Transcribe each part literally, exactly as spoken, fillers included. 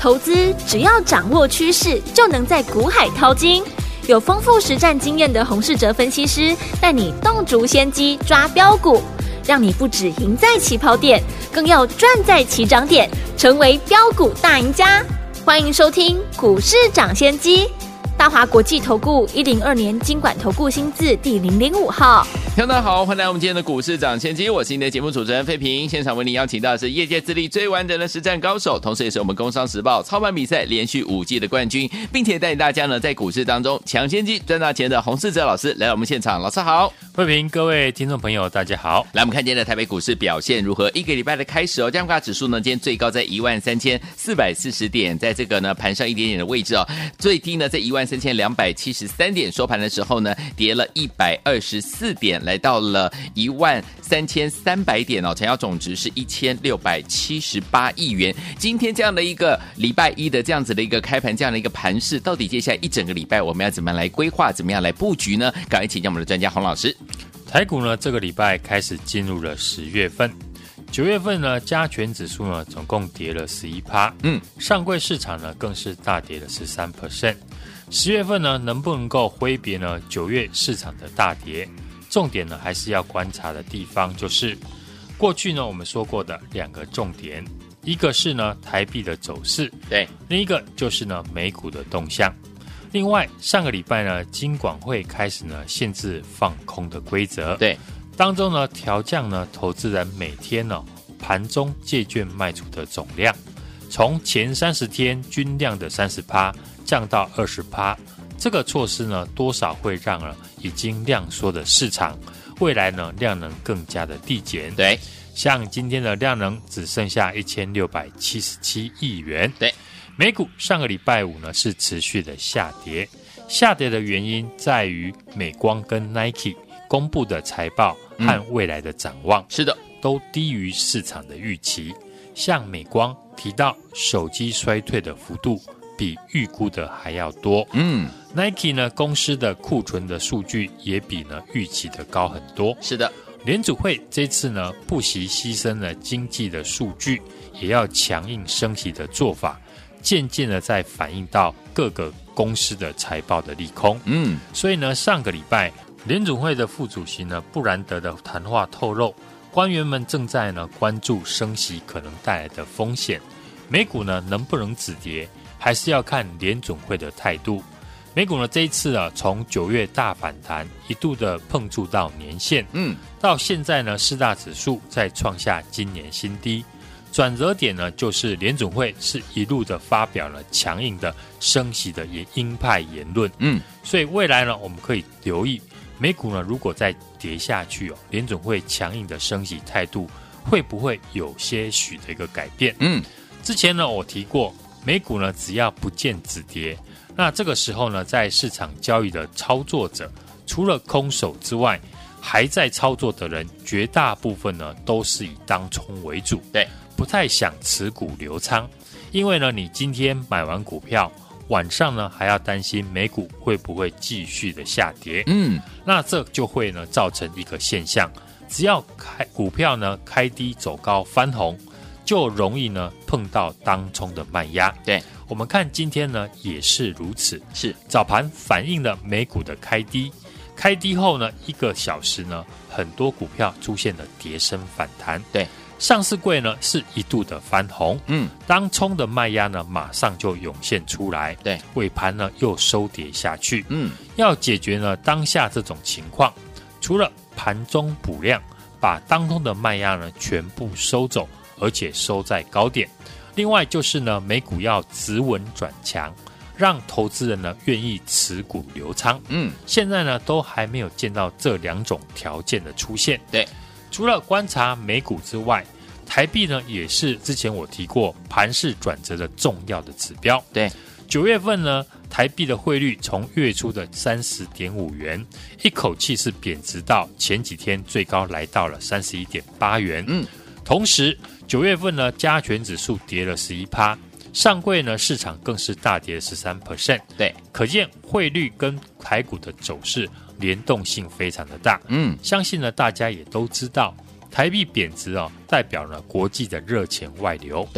投资只要掌握趋势，就能在股海淘金。有丰富实战经验的洪士哲分析师带你洞烛先机抓标股，让你不只赢在起跑点，更要赚在起涨点，成为标股大赢家。欢迎收听股市涨先机，大华国际投顾一零二年金管投顾新字第零零五号。 听众大家好，欢迎来我们今天的股市涨先机，我是您的节目主持人费平。现场为您邀请到的是业界资历最完整的实战高手，同时也是我们工商时报操盘比赛连续五季的冠军，并且带领大家呢在股市当中抢先机赚大钱的洪士哲老师来到我们现场。老师好。 费平，各位听众朋友大家好。 来，我们看今天的台北股市表现如何？一个礼拜的开始哦，加权指数呢今天最高在一万三千四百四十点，在这个呢盘上一点点的位置哦，最低呢在一万三千两百七十三点，收盘的时候呢跌了一百二十四点，来到了一万三千三百点哦，成交总值是一千六百七十八亿元。今天这样的一个礼拜一的这样子的一个开盘，这样的一个盘势，到底接下来一整个礼拜我们要怎么样来规划，怎么样来布局呢？赶快请教我们的专家洪老师。 台股呢这个礼拜开始进入了十月份，九月份呢加权指数呢总共跌了 百分之十一， 嗯，上柜市场呢更是大跌了 百分之十三。十月份呢能不能够挥别呢九月市场的大跌？重点呢还是要观察的地方就是过去呢我们说过的两个重点，一个是呢台币的走势， 对， 另一个就是呢美股的动向。另外上个礼拜呢金管会开始呢限制放空的规则， 对， 当中呢调降呢投资人每天呢盘中借券卖出的总量，从前三十天均量的 百分之三十 降到 百分之二十。这个措施呢多少会让呢已经量缩的市场未来呢量能更加的递减。 对， 像今天的量能只剩下一千六百七十七亿元。 对， 美股上个礼拜五呢是持续的下跌，下跌的原因在于美光跟 Nike 公布的财报和未来的展望， 嗯、是的， 都低于市场的预期。像美光提到手机衰退的幅度比预估的还要多， 嗯 Nike 呢公司的库存的数据也比呢预期的高很多。 是的， 联储会这次呢不惜牺牲了经济的数据，也要强硬升息的做法，渐渐的在反映到各个公司的财报的利空。 嗯， 所以呢上个礼拜联储会的副主席呢布兰德的谈话透露，官员们正在呢关注升息可能带来的风险，美股呢能不能止跌，还是要看联准会的态度。美股呢这一次啊，从九月大反弹，一度的碰触到年线，嗯，到现在呢，四大指数再创下今年新低。转折点呢，就是联准会是一路的发表了强硬的升息的鹰派言论，嗯，所以未来呢，我们可以留意美股呢，如果再跌下去哦，联准会强硬的升息态度会不会有些许的一个改变？嗯，之前呢，我提过。美股呢，只要不见止跌，那这个时候呢，在市场交易的操作者，除了空手之外，还在操作的人，绝大部分呢都是以当冲为主， 对， 不太想持股留仓，因为呢，你今天买完股票，晚上呢还要担心美股会不会继续的下跌，嗯，那这就会呢造成一个现象，只要开股票呢开低走高翻红。就容易呢碰到当冲的卖压。 对， 我们看今天呢也是如此， 是早盘反映了美股的开低，开低后呢一个小时呢很多股票出现了跌升反弹。 对， 上市柜呢是一度的翻红，嗯，当冲的卖压呢马上就涌现出来。 对， 尾盘呢又收跌下去。 嗯， 要解决呢当下这种情况，除了盘中补量，把当冲的卖压呢全部收走。而且收在高点，另外就是呢，美股要止稳转强，让投资人呢愿意持股留仓。嗯，现在呢都还没有见到这两种条件的出现。 对， 除了观察美股之外，台币呢也是之前我提过盘势转折的重要的指标。 对， 九月份呢，台币的汇率从月初的 三十点五元，一口气是贬值到前几天最高来到了 三十一点八元。嗯。同时九月份呢加权指数跌了 百分之十一， 上柜呢市场更是大跌 百分之十三。 对， 可见汇率跟台股的走势联动性非常的大。嗯，相信呢大家也都知道，台币贬值哦，代表了国际的热钱外流。 对，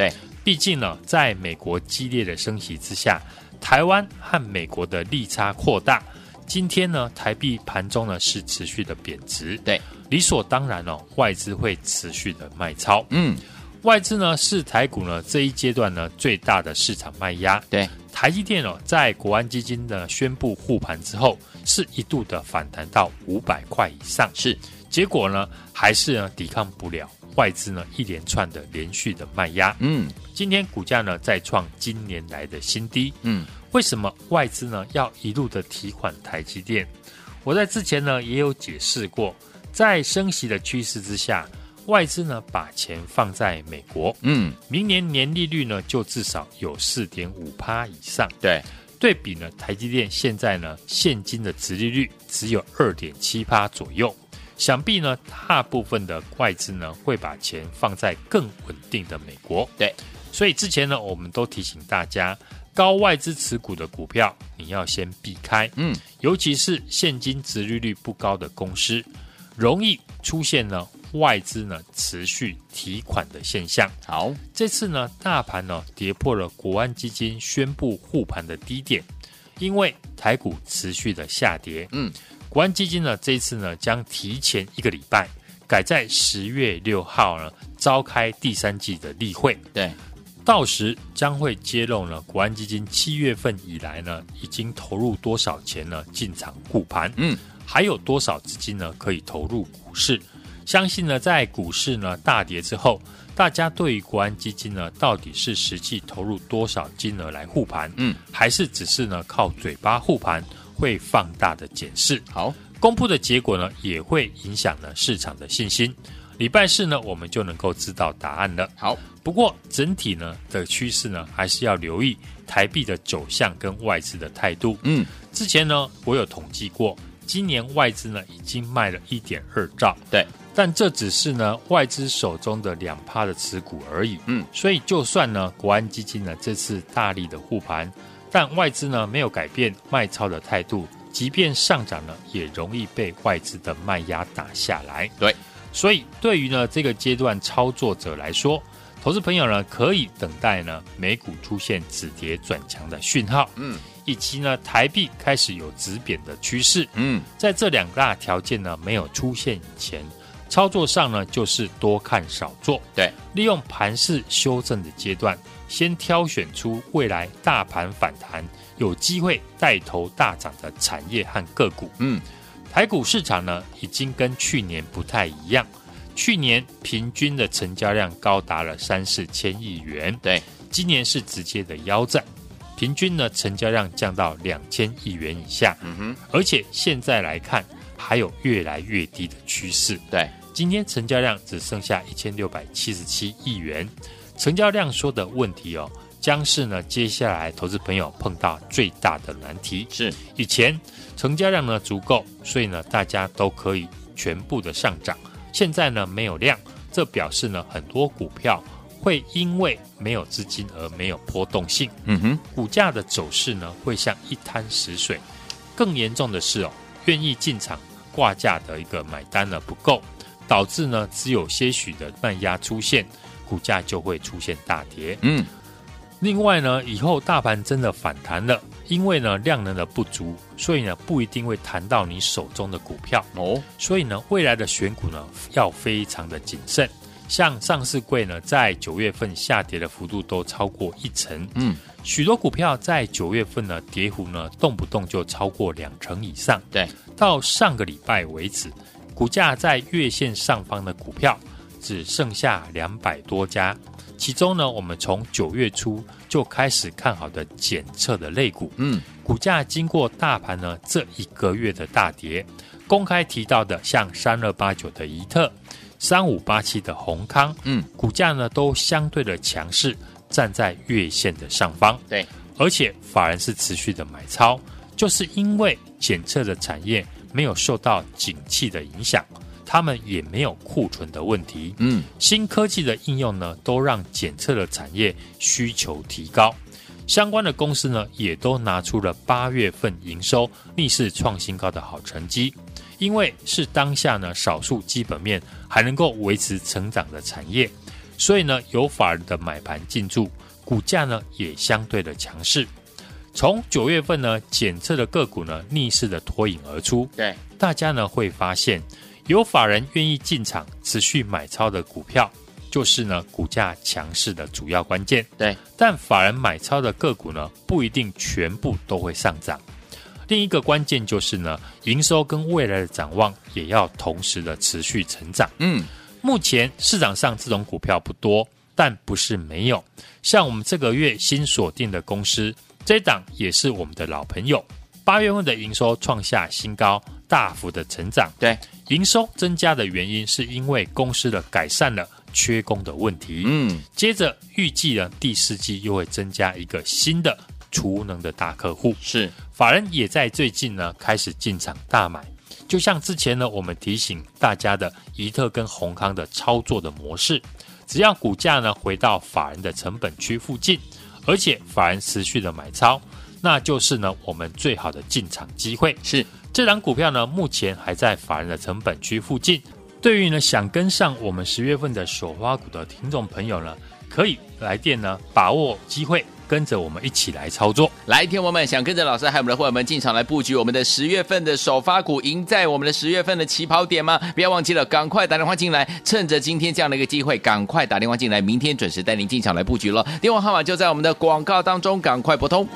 毕竟呢，在美国激烈的升息之下，台湾和美国的利差扩大。今天呢，台币盘中呢是持续的贬值， 对， 理所当然哦，外资会持续的卖超。 嗯， 外资呢是台股呢这一阶段呢最大的市场卖压。 对， 台积电哦，在国安基金呢宣布护盘之后，是一度的反弹到五百块以上， 是， 结果呢还是呢抵抗不了外资呢一连串的连续的卖压。 嗯， 今天股价呢再创今年来的新低。 嗯。 为什么外资呢要一路的提款台积电？我在之前呢也有解释过，在升息的趋势之下，外资呢把钱放在美国， 嗯， 明年年利率呢就至少有 百分之四点五 以上。 对， 对比呢台积电现在呢现金的殖利率只有 二点七 左右，想必呢大部分的外资呢会把钱放在更稳定的美国。 对， 所以之前呢我们都提醒大家，高外资持股的股票，你要先避开。嗯，尤其是现金殖利率不高的公司，容易出现呢外资呢持续提款的现象。 好， 这次呢大盘呢跌破了国安基金宣布护盘的低点，因为台股持续的下跌。嗯，国安基金呢这一次呢将提前一个礼拜，改在十月六号呢召开第三季的例会。 对。 到时将会揭露呢，国安基金七月份以来呢，已经投入多少钱呢进场护盘，嗯，还有多少资金呢可以投入股市？相信呢，在股市呢大跌之后，大家对于国安基金呢到底是实际投入多少金额来护盘，嗯，还是只是呢靠嘴巴护盘，会放大的检视。 好， 公布的结果呢也会影响呢市场的信心。礼拜四呢，我们就能够知道答案了。 好， 不过整体呢的趋势呢，还是要留意台币的走向跟外资的态度。嗯，之前呢，我有统计过，今年外资呢已经卖了 一点二兆。 对， 但这只是呢外资手中的 百分之二 的持股而已。嗯，所以就算呢国安基金呢这次大力的护盘，但外资呢没有改变卖超的态度，即便上涨呢，也容易被外资的卖压打下来。 对。 所以对于呢这个阶段操作者来说，投资朋友呢可以等待呢美股出现止跌转强的讯号，嗯，以及呢台币开始有止贬的趋势，嗯，在这两大条件呢没有出现以前，操作上呢就是多看少做， 对， 利用盘势修正的阶段，先挑选出未来大盘反弹有机会带头大涨的产业和个股，嗯。台股市场呢，已经跟去年不太一样。去年平均的成交量高达了三四千亿元， 对， 今年是直接的腰斩，平均呢成交量降到两千亿元以下。嗯哼，而且现在来看，还有越来越低的趋势。 对， 今天成交量只剩下一千六百七十七亿元，成交量说的问题哦。将是呢，接下来投资朋友碰到最大的难题。 是以前成交量呢足够，所以呢大家都可以全部的上涨。现在呢没有量，这表示呢很多股票会因为没有资金而没有波动性。嗯哼，股价的走势呢会像一滩死水。更严重的是哦，愿意进场挂价的一个买单呢不够，导致呢只有些许的卖压出现，股价就会出现大跌。嗯。另外呢，以后大盘真的反弹了，因为呢量能的不足，所以呢不一定会弹到你手中的股票哦。所以呢未来的选股呢要非常的谨慎。像上市柜呢，在九月份下跌的幅度都超过一成，嗯，许多股票在九月份呢跌幅呢动不动就超过两成以上。 对， 到上个礼拜为止，股价在月线上方的股票只剩下两百多家。其中呢，我们从九月初就开始看好的检测的类股，嗯，股价经过大盘呢这一个月的大跌，公开提到的像三二八九的怡特、三五八七的宏康，嗯，股价呢都相对的强势，站在月线的上方， 对， 而且法人是持续的买超，就是因为检测的产业没有受到景气的影响。他们也没有库存的问题，嗯，新科技的应用呢，都让检测的产业需求提高，相关的公司呢，也都拿出了八月份营收逆势创新高的好成绩，因为是当下呢少数基本面还能够维持成长的产业， 所以呢，有法人的买盘进驻，股价呢也相对的强势。从九月份呢，检测的个股呢逆势的脱颖而出。 对， 大家呢会发现，有法人愿意进场持续买超的股票，就是呢股价强势的主要关键。 对， 但法人买超的个股呢，不一定全部都会上涨。另一个关键就是呢，营收跟未来的展望也要同时的持续成长。 嗯， 目前市场上这种股票不多，但不是没有。像我们这个月新锁定的公司，这一档也是我们的老朋友，八月份的营收创下新高，大幅的成长。 对， 营收增加的原因是因为公司的改善了缺工的问题。 嗯， 接着预计呢，第四季又会增加一个新的储能的大客户。 是， 法人也在最近呢开始进场大买。就像之前呢，我们提醒大家的怡特跟宏康的操作的模式，只要股价呢回到法人的成本区附近，而且法人持续的买超，那就是呢我们最好的进场机会。 是， 这档股票呢目前还在法人的成本区附近。对于呢想跟上我们十月份的首发股的听众朋友呢，可以来电呢把握机会，跟着我们一起来操作。 来，听我们想跟着老师还有我们的伙伴们进场来布局我们的十月份的首发股，赢在我们的十月份的起跑点吗？不要忘记了，赶快打电话进来，趁着今天这样的一个机会，赶快打电话进来，明天准时带您进场来布局了。电话号码就在我们的广告当中，赶快拨通。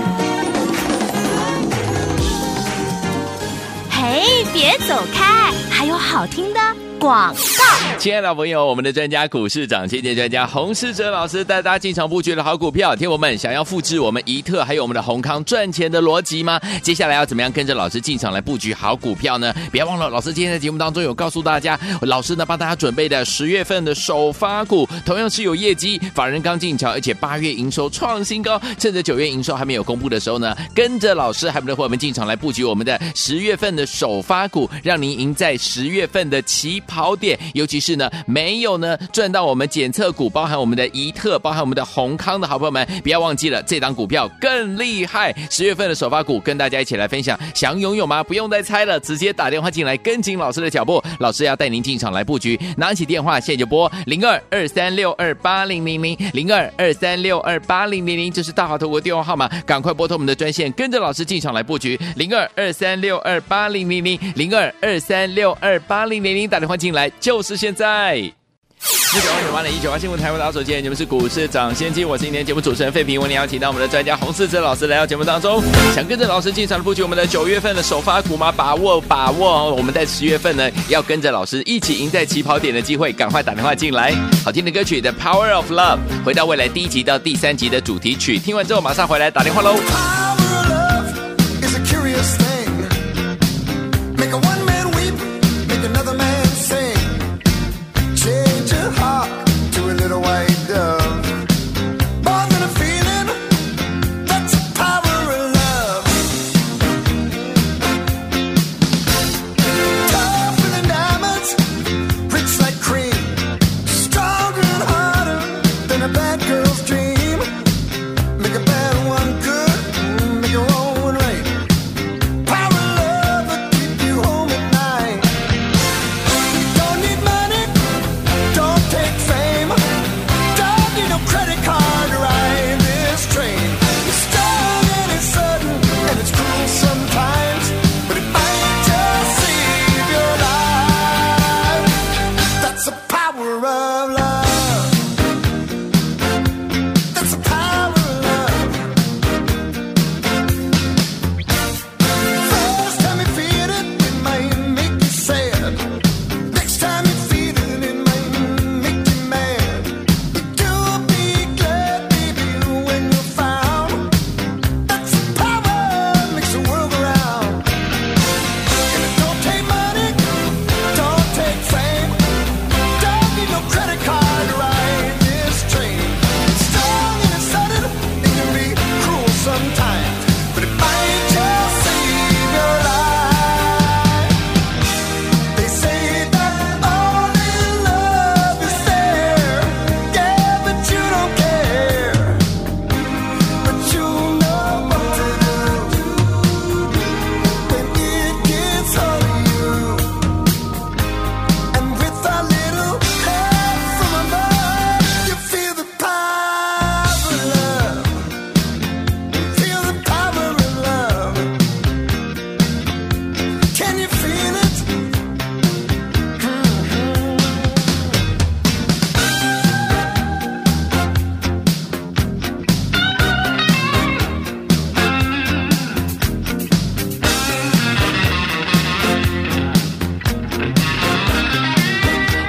嘿，别走开，还有好听的广告。 亲爱的朋友，我们的专家股市长谢谢专家洪士哲老师带大家进场布局的好股票，听我们想要复制我们怡特还有我们的宏康赚钱的逻辑吗？接下来要怎么样跟着老师进场来布局好股票呢？不要忘了，老师今天在节目当中有告诉大家，老师呢帮大家准备的十月份的首发股同样是有业绩，法人刚进场，而且八月营收创新高，趁着九月营收还没有公布的时候呢，跟着老师还有我们的伙伴们进场来布局我们的十月份的首发股，让您赢在十月份的起跑点。尤其是呢没有呢赚到我们检测股，包含我们的怡特，包含我们的宏康的好朋友们，不要忘记了这档股票更厉害，十月份的首发股跟大家一起来分享，想拥有吗？不用再猜了，直接打电话进来跟紧老师的脚步，老师要带您进场来布局，拿起电话现在就拨零二二三六二八零零零零二二三六二八零零零，这是大华投顾电话号码，赶快拨通我们的专线，跟着老师进场来布局零二二三六二八零零零零二二三六二八零零零，打电话进来就是现在。一九二九八零一九八新闻台湾打手机，你们是股市涨先机，我是今天节目主持人费平，为您邀请到我们的专家洪士哲老师来到节目当中。想跟着老师进场布局我们的九月份的首发股吗？把握把握，我们在十月份呢要跟着老师一起赢在起跑点的机会，赶快打电话进来。好听的歌曲的 Power of Love， 回到未来第一集到第三集的主题曲，听完之后马上回来打电话喽。 Bad girl's dream, make a bad one good, make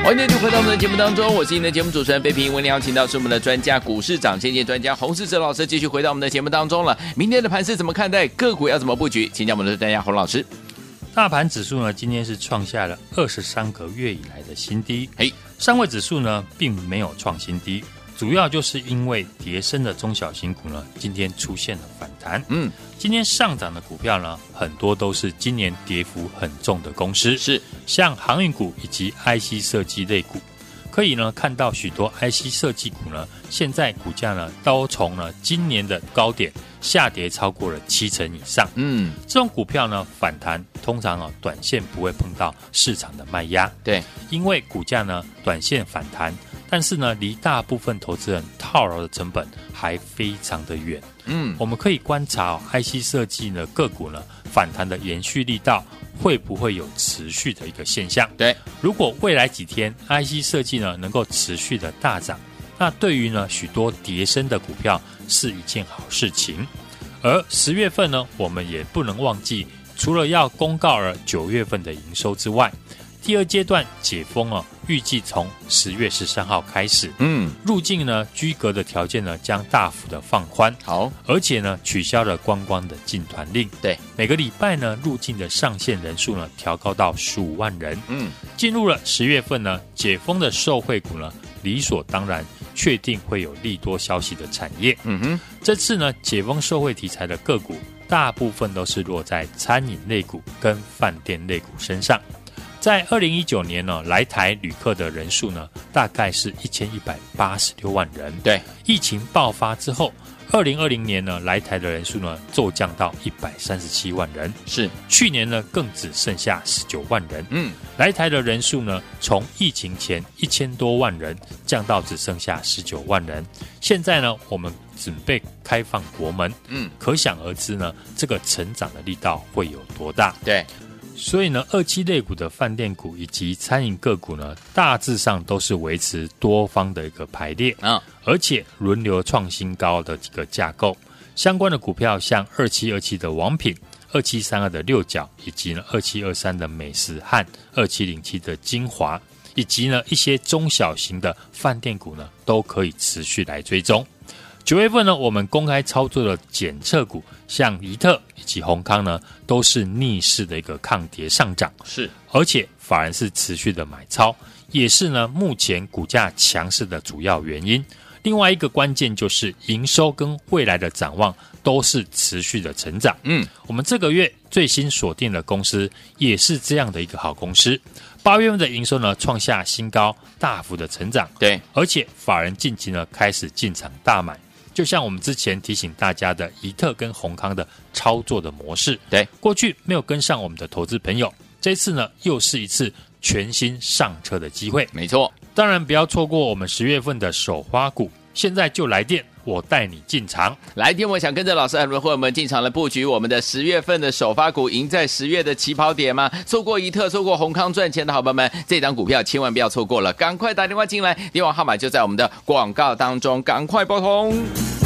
欢迎继续回到我们的节目当中，我是您的节目主持人费平。为您邀请到是我们的专家股市长先见专家洪士哲老师，继续回到我们的节目当中了。明天的盘势怎么看待？个股要怎么布局？请教我们的专家洪老师。 大盘指数呢，今天是创下了二十三个月以来的新低。 嘿， 上柜指数呢，并没有创新低，主要就是因为跌深的中小型股呢，今天出现了反弹。嗯，今天上涨的股票呢，很多都是今年跌幅很重的公司， 是像航运股以及 I C 设计类股。可以呢看到许多 I C 设计股呢，现在股价呢都从呢今年的高点下跌超过了七成以上。嗯，这种股票呢反弹通常啊短线不会碰到市场的卖压， 对， 因为股价呢短线反弹，但是呢离大部分投资人套牢的成本还非常的远。嗯，我们可以观察、哦、I C 设计呢个股呢反弹的延续力道会不会有持续的一个现象？ 对， 如果未来几天 I C 设计呢能够持续的大涨，那对于呢许多跌深的股票是一件好事情。而十月份呢，我们也不能忘记，除了要公告了九月份的营收之外，第二阶段解封哦，预计从十月十三号开始，嗯，入境呢居隔的条件呢将大幅的放宽， 好， 而且呢取消了观光的禁团令， 对， 每个礼拜呢入境的上限人数呢调高到十五万人，嗯，进入了十月份呢，解封的受惠股呢理所当然确定会有利多消息的产业，嗯哼，这次呢解封受惠题材的个股大部分都是落在餐饮类股跟饭店类股身上。在二零一九年呢，来台旅客的人数呢，大概是一千一百八十六万人。 对， 疫情爆发之后，二零二零年呢，来台的人数呢，骤降到一百三十七万人。 是， 去年呢，更只剩下十九万人。 嗯， 来台的人数呢，从疫情前一千多万人降到只剩下十九万人。现在呢，我们准备开放国门。嗯，可想而知呢，这个成长的力道会有多大？ 对。 所以呢，二期类股的饭店股以及餐饮个股呢，大致上都是维持多方的一个排列，嗯，而且轮流创新高的几个架构。相关的股票像二七二七的王品、二七三二的六角，以及呢二七二三的美食和二七零七的精华，以及呢一些中小型的饭店股呢，都可以持续来追踪。九月份呢，我们公开操作的检测股，像怡特以及宏康呢，都是逆势的一个抗跌上涨， 是， 而且法人是持续的买超，也是呢目前股价强势的主要原因。另外一个关键就是营收跟未来的展望都是持续的成长。嗯，我们这个月最新锁定的公司也是这样的一个好公司。八月份的营收呢创下新高，大幅的成长。 对， 而且法人近期呢开始进场大买。就像我们之前提醒大家的怡特跟宏康的操作的模式， 对， 过去没有跟上我们的投资朋友，这次呢又是一次全新上车的机会。 没错， 当然不要错过我们十月份的首发股，现在就来电，我带你进场。 来电，我想跟着老师和伙伴们进场来布局我们的十月份的首发股，赢在十月的起跑点吗？错过怡特、错过宏康赚钱的好朋友们，这档股票千万不要错过了，赶快打电话进来，电话号码就在我们的广告当中，赶快拨通。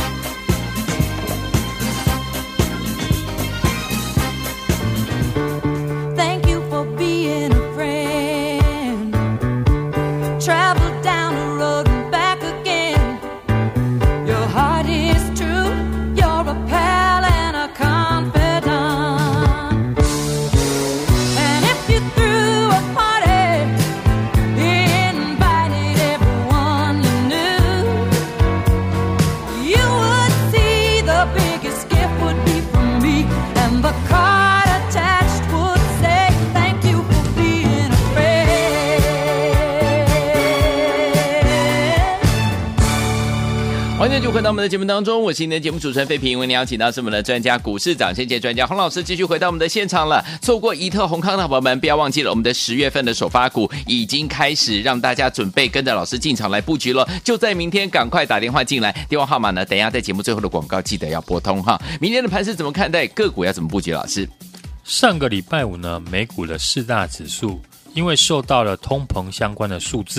欢迎就回到我们的节目当中，我是今天的节目主持人费平，为您邀请到是我们的专家股市长先见专家洪老师，继续回到我们的现场了。错过怡特、宏康的好朋友们，不要忘记了，我们的十月份的首发股已经开始，让大家准备跟着老师进场来布局了。就在明天，赶快打电话进来，电话号码呢，等一下在节目最后的广告记得要拨通哈。明天的盘势怎么看待？个股要怎么布局？老师， 上个礼拜五呢，美股的四大指数因为受到了通膨相关的数字，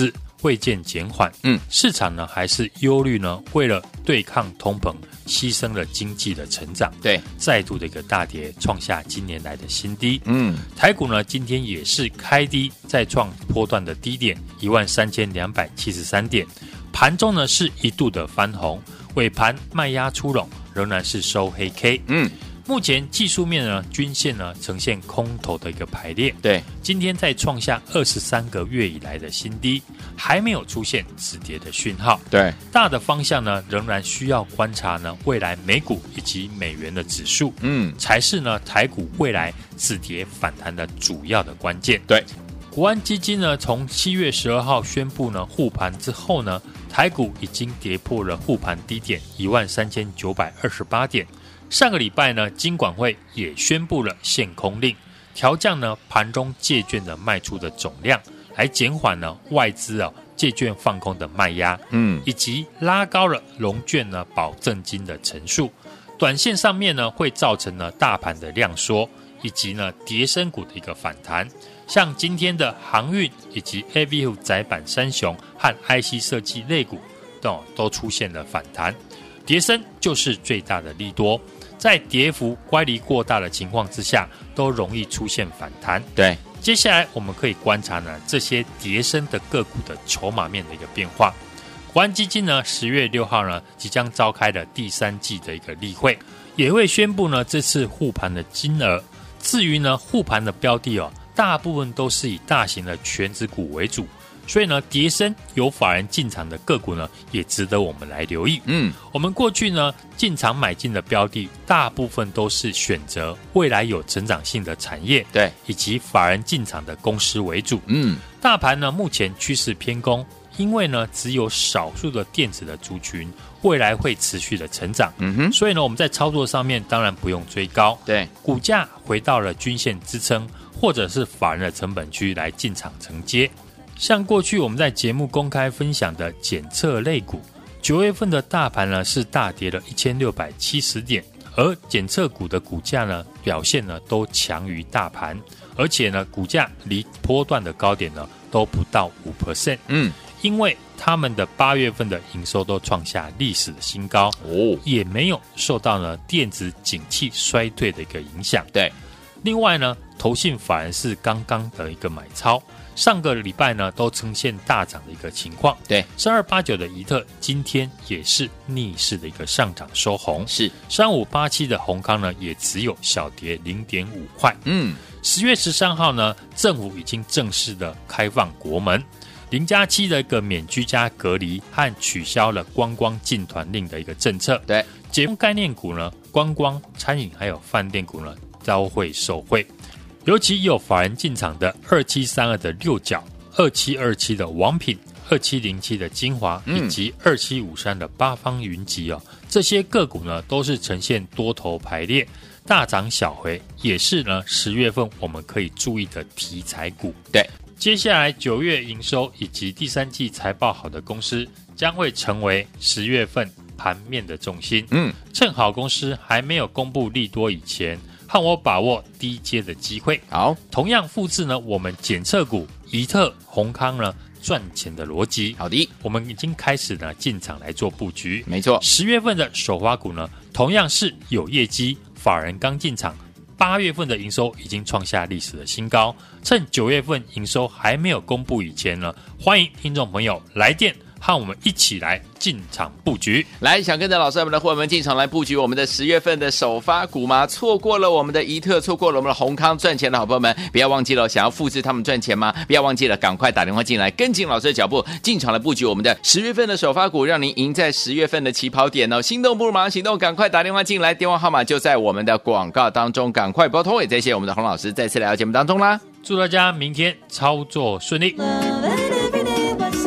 汇见减缓， 嗯， 市场呢还是忧虑呢，为了对抗通膨，牺牲了经济的成长， 对， 再度的一个大跌，创下今年来的新低。 嗯， 台股呢今天也是开低，再创波段的低点一万三千两百七十三点，盘中呢是一度的翻红，尾盘卖压出笼，仍然是收黑 K。 嗯。 目前技术面呢，均线呢呈现空头的一个排列， 对， 今天再创下二十三个月以来的新低，还没有出现止跌的讯号。 对， 大的方向呢，仍然需要观察呢未来美股以及美元的指数， 嗯， 才是呢台股未来止跌反弹的主要的关键。 对， 国安基金呢，从七月十二号宣布呢护盘之后呢，台股已经跌破了护盘低点一万三千九百二十八点。上个礼拜呢，金管会也宣布了限空令，调降呢盘中借券的卖出的总量，来减缓呢外资啊借券放空的卖压， 嗯， 以及拉高了融券呢保证金的成数。短线上面呢会造成呢大盘的量缩，以及呢跌升股的一个反弹。像今天的航运以及 A B F 载板三雄和 I C 设计类股都都出现了反弹，跌升就是最大的利多。在跌幅乖离过大的情况之下，都容易出现反弹。 对， 接下来我们可以观察呢这些跌升的个股的筹码面的一个变化。国安基金呢，十月六号呢即将召开的第三季的一个例会，也会宣布呢这次护盘的金额。至于呢护盘的标的哦，大部分都是以大型的全指股为主。所以呢，跌升有法人进场的个股呢，也值得我们来留意。 嗯， 我们过去呢进场买进的标的，大部分都是选择未来有成长性的产业， 对， 以及法人进场的公司为主。 嗯， 大盘呢目前趋势偏空，因为呢只有少数的电子的族群未来会持续的成长。 嗯哼， 所以呢我们在操作上面当然不用追高， 对， 股价回到了均线支撑，或者是法人的成本区来进场承接。像过去我们在节目公开分享的检测类股，九月份的大盘呢是大跌了一千六百七十点，而检测股的股价呢表现呢都强于大盘，而且呢股价离波段的高点呢都不到 百分之五。 嗯， 因为他们的八月份的营收都创下历史的新高， 哦， 也没有受到呢电子景气衰退的一个影响。 对， 另外呢投信法人是刚刚的一个买超，上个礼拜呢都呈现大涨的一个情况。 对， 三二八九的怡特今天也是逆势的一个上涨收红， 是三五八七的宏康呢也只有小跌零点五块。 嗯， 十月十三号呢，政府已经正式的开放国门，零加七的一个免居家隔离和取消了观光禁团令的一个政策。 对， 解封概念股呢，观光、餐饮还有饭店股呢都会受惠。尤其有法人进场的二七三二的六角、二七二七的王品、二七零七的精华、 嗯、 以及二七五三的八方云集哦，这些个股呢都是呈现多头排列，大涨小回，也是呢十月份我们可以注意的题材股。 对， 接下来九月营收以及第三季财报好的公司将会成为十月份盘面的重心。 嗯， 趁好公司还没有公布利多以前，和我把握低阶的机会。 好， 同样复制呢我们检测股怡特、宏康呢赚钱的逻辑。 好的， 我们已经开始呢进场来做布局。 没错， 十月份的首发股呢同样是有业绩，法人刚进场，八月份的营收已经创下历史的新高。趁九月份营收还没有公布以前呢，欢迎听众朋友来电和我们一起来进场布局。 来，想跟着老师我们的伙伴们进场来布局我们的十月份的首发股吗？错过了我们的怡特，错过了我们的宏康赚钱的好朋友们，不要忘记了，想要复制他们赚钱吗？不要忘记了，赶快打电话进来，跟紧老师的脚步，进场来布局我们的十月份的首发股，让您赢在十月份的起跑点哦！心动不如马上行动，赶快打电话进来，电话号码就在我们的广告当中，赶快拨通。也谢谢我们的洪老师再次来到节目当中啦！ 祝大家明天操作顺利。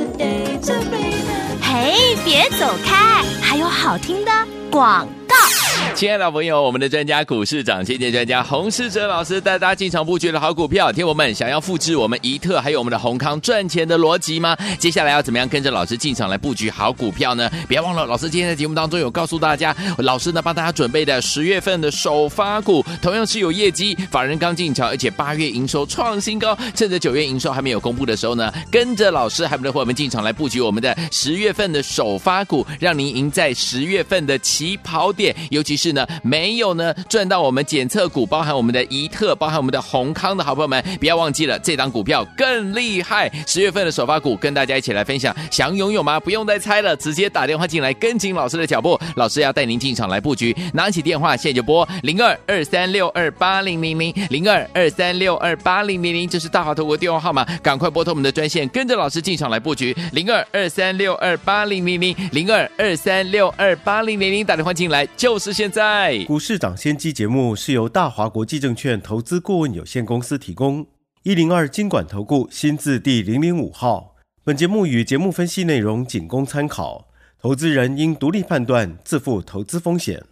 嘿，别走开，还有好听的广告。 亲爱的朋友，我们的专家股市涨跌专家洪士哲老师带大家进场布局的好股票，听我们想要复制我们怡特还有我们的宏康赚钱的逻辑吗？接下来要怎么样跟着老师进场来布局好股票呢？不要忘了，老师今天在节目当中有告诉大家，老师呢帮大家准备的十月份的首发股，同样是有业绩，法人刚进场，而且八月营收创新高，趁着九月营收还没有公布的时候呢，跟着老师还有我们的伙伴们进场来布局我们的十月份的首发股，让您赢在十月份的起跑点。尤其是呢没有呢赚到我们检测股，包含我们的怡特，包含我们的宏康的好朋友们，不要忘记了这档股票更厉害，十月份的首发股跟大家一起来分享，想拥有吗？不用再猜了，直接打电话进来跟紧老师的脚步，老师要带您进场来布局，拿起电话现在就拨零二二三六二八零零零零二二三六二八零零零，这是大华投顾的电话号码，赶快拨通我们的专线，跟着老师进场来布局零二二三六二八零零零零二二三六二八零零零，打电话进来就是现在。 股市涨先机节目是由大华国际证券投资顾问有限公司提供，一零二金管投顾新字第零零五号。本节目与节目分析内容仅供参考，投资人应独立判断，自负投资风险。